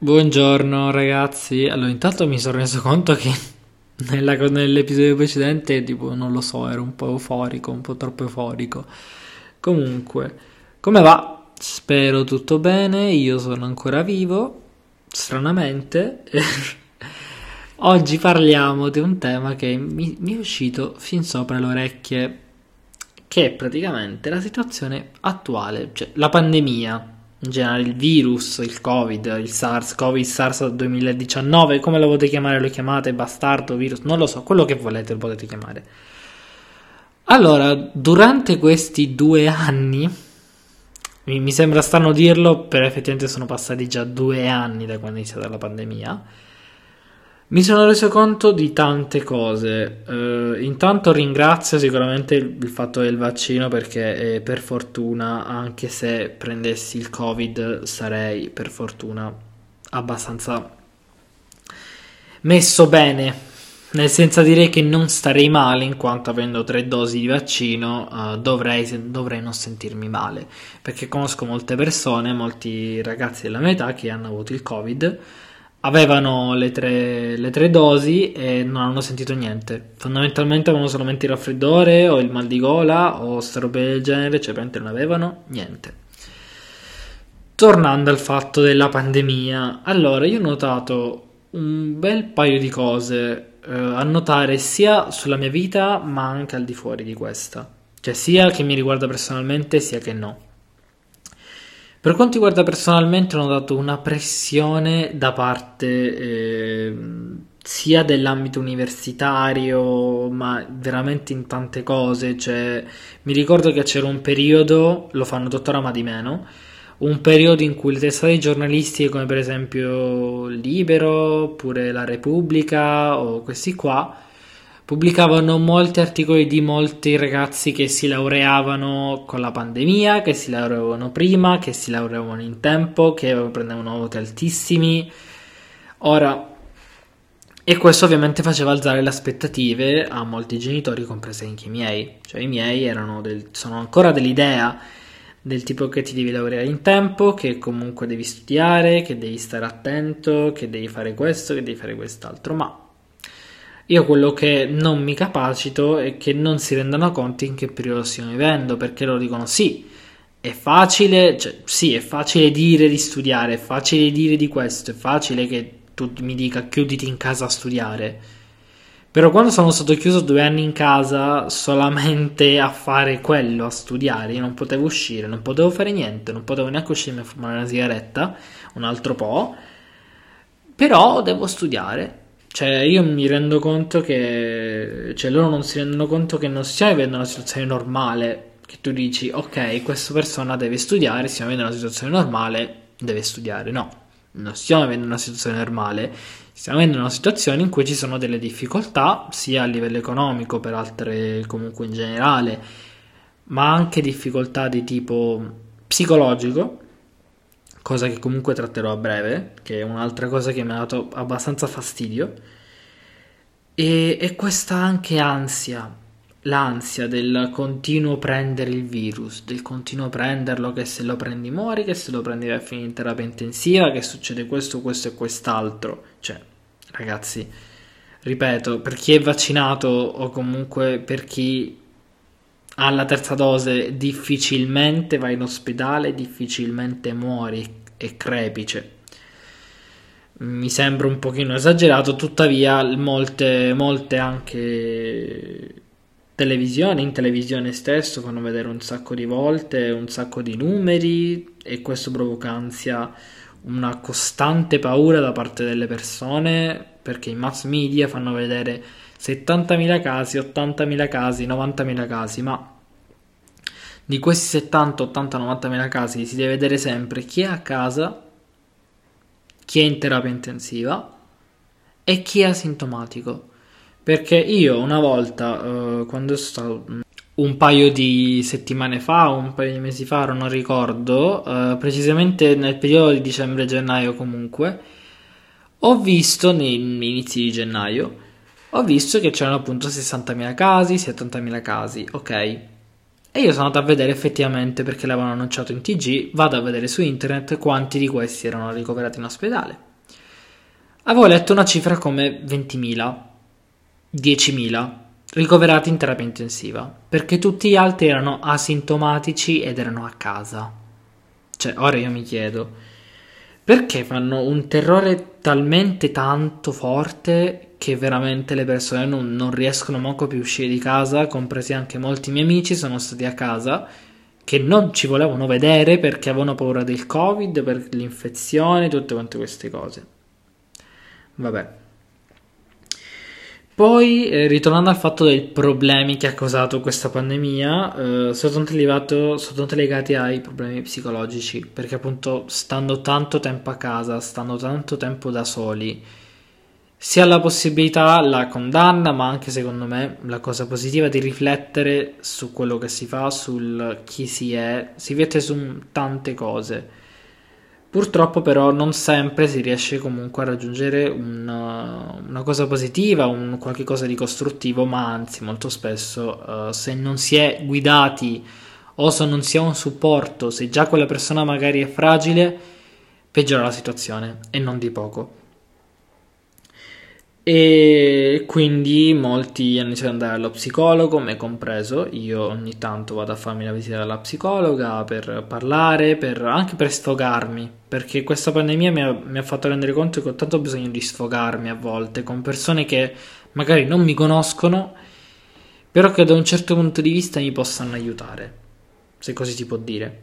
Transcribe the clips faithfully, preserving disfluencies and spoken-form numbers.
Buongiorno ragazzi, allora intanto mi sono reso conto che nella- nell'episodio precedente tipo non lo so, ero un po' euforico, un po' troppo euforico. Comunque, come va? Spero tutto bene, io sono ancora vivo, stranamente. Oggi parliamo di un tema che mi, mi è uscito fin sopra le orecchie, che è praticamente la situazione attuale, cioè la pandemia, in generale il virus, il Covid, il SARS, Covid, SARS duemiladiciannove, come lo volete chiamare, lo chiamate, bastardo, virus, non lo so, quello che volete lo potete chiamare. Allora, durante questi due anni, mi, mi sembra strano dirlo, però effettivamente sono passati già due anni da quando è iniziata la pandemia. Mi sono reso conto di tante cose. Eh, intanto ringrazio sicuramente il, il fatto del vaccino perché eh, per fortuna, anche se prendessi il Covid, sarei per fortuna abbastanza messo bene. Nel senso direi che non starei male in quanto avendo tre dosi di vaccino eh, dovrei, dovrei non sentirmi male. Perché conosco molte persone, molti ragazzi della mia età che hanno avuto il Covid avevano le tre, le tre dosi e non hanno sentito niente. Fondamentalmente avevano solamente il raffreddore o il mal di gola o ste robe del genere, cioè veramente non avevano niente. Tornando al fatto della pandemia, allora io ho notato un bel paio di cose eh, a notare sia sulla mia vita ma anche al di fuori di questa. Cioè sia che mi riguarda personalmente sia che no. Per quanto riguarda personalmente, ho notato una pressione da parte eh, sia dell'ambito universitario, ma veramente in tante cose. Cioè, mi ricordo che c'era un periodo, lo fanno tuttora ma di meno, un periodo in cui le testate giornalistiche come per esempio Libero, oppure La Repubblica o questi qua, pubblicavano molti articoli di molti ragazzi che si laureavano con la pandemia, che si laureavano prima, che si laureavano in tempo, che prendevano voti altissimi. Ora, e questo ovviamente faceva alzare le aspettative a molti genitori, compresi anche i miei. Cioè i miei erano del, sono ancora dell'idea del tipo che ti devi laureare in tempo, che comunque devi studiare, che devi stare attento, che devi fare questo, che devi fare quest'altro, ma io quello che non mi capacito è che non si rendano conto in che periodo stiamo vivendo, perché loro dicono sì, è facile, cioè sì, è facile dire di studiare, è facile dire di questo, è facile che tu mi dica chiuditi in casa a studiare. Però quando sono stato chiuso due anni in casa solamente a fare quello, a studiare, io non potevo uscire, non potevo fare niente, non potevo neanche uscirmi a fumare una sigaretta, un altro po', però devo studiare. Cioè, io mi rendo conto che, cioè, loro non si rendono conto che non stiamo vivendo una situazione normale. Che tu dici, ok, questa persona deve studiare, stiamo vivendo una situazione normale, deve studiare. No, non stiamo vivendo una situazione normale, stiamo vivendo una situazione in cui ci sono delle difficoltà, sia a livello economico, per altre comunque in generale, ma anche difficoltà di tipo psicologico, cosa che comunque tratterò a breve, che è un'altra cosa che mi ha dato abbastanza fastidio, e, e questa anche ansia, l'ansia del continuo prendere il virus, del continuo prenderlo, che se lo prendi muori, che se lo prendi vai a finire in terapia intensiva, che succede questo, questo e quest'altro. Cioè, ragazzi, ripeto, per chi è vaccinato o comunque per chi ha la terza dose, difficilmente vai in ospedale, difficilmente muori e crepice. Mi sembra un pochino esagerato, tuttavia molte, molte anche televisioni, in televisione stesso fanno vedere un sacco di volte, un sacco di numeri e questo provoca ansia, una costante paura da parte delle persone perché i mass media fanno vedere settantamila casi, ottantamila casi, novantamila casi, ma di questi settanta, ottanta, novantamila casi si deve vedere sempre chi è a casa, chi è in terapia intensiva e chi è asintomatico. Perché io una volta, eh, quando sono stato un paio di settimane fa o un paio di mesi fa, non ricordo, eh, precisamente nel periodo di dicembre-gennaio comunque, ho visto nei inizi di gennaio, ho visto che c'erano appunto sessantamila casi, settantamila casi, ok? E io sono andato a vedere effettivamente perché l'avevano annunciato in T G, vado a vedere su internet quanti di questi erano ricoverati in ospedale. Avevo letto una cifra come ventimila, diecimila ricoverati in terapia intensiva, perché tutti gli altri erano asintomatici ed erano a casa. Cioè, ora io mi chiedo, perché fanno un terrore talmente tanto forte che veramente le persone non, non riescono manco più a uscire di casa, compresi anche molti miei amici sono stati a casa, che non ci volevano vedere perché avevano paura del Covid, per l'infezione, tutte quante queste cose. Vabbè. Poi, eh, ritornando al fatto dei problemi che ha causato questa pandemia, eh, sono tanto legato- sono tanto legati ai problemi psicologici, perché appunto stando tanto tempo a casa, stando tanto tempo da soli, si ha la possibilità, la condanna, ma anche secondo me la cosa positiva di riflettere su quello che si fa, sul chi si è, si riflette su tante cose. Purtroppo però non sempre si riesce comunque a raggiungere una, una cosa positiva, un qualche cosa di costruttivo, ma anzi molto spesso eh, se non si è guidati o se non si ha un supporto, se già quella persona magari è fragile, peggiora la situazione e non di poco. E quindi molti hanno iniziato ad andare allo psicologo, me compreso. Io ogni tanto vado a farmi la visita alla psicologa per parlare, per- anche per sfogarmi, perché questa pandemia mi ha, mi ha fatto rendere conto che ho tanto bisogno di sfogarmi a volte con persone che magari non mi conoscono, però che da un certo punto di vista mi possano aiutare, se così si può dire.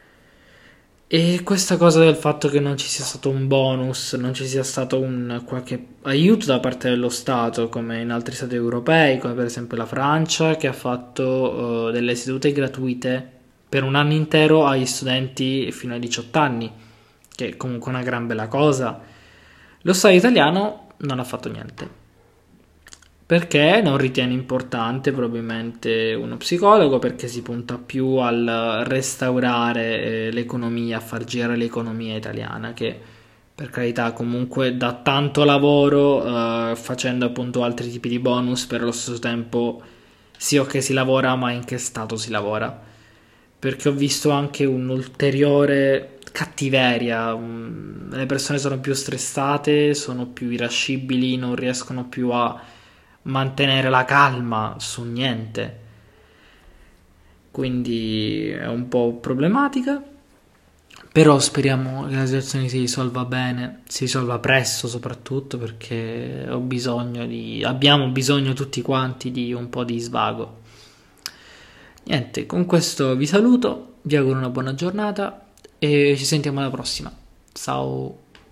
E questa cosa del fatto che non ci sia stato un bonus, non ci sia stato un qualche aiuto da parte dello Stato, come in altri stati europei, come per esempio la Francia, che ha fatto eh, delle sedute gratuite per un anno intero agli studenti fino ai diciotto anni, che è comunque una gran bella cosa. Lo Stato italiano non ha fatto niente. Perché non ritiene importante probabilmente uno psicologo? Perché si punta più al restaurare eh, l'economia, a far girare l'economia italiana, che per carità comunque dà tanto lavoro, eh, facendo appunto altri tipi di bonus, per allo stesso tempo sì, ok, si lavora, ma in che stato si lavora? Perché ho visto anche un'ulteriore cattiveria, un- le persone sono più stressate, sono più irascibili, non riescono più a mantenere la calma su niente. Quindi è un po' problematica. Però speriamo che la situazione si risolva bene, si risolva presto soprattutto perché ho bisogno di, abbiamo bisogno tutti quanti di un po' di svago. Niente, con questo vi saluto, vi auguro una buona giornata e ci sentiamo alla prossima. Ciao.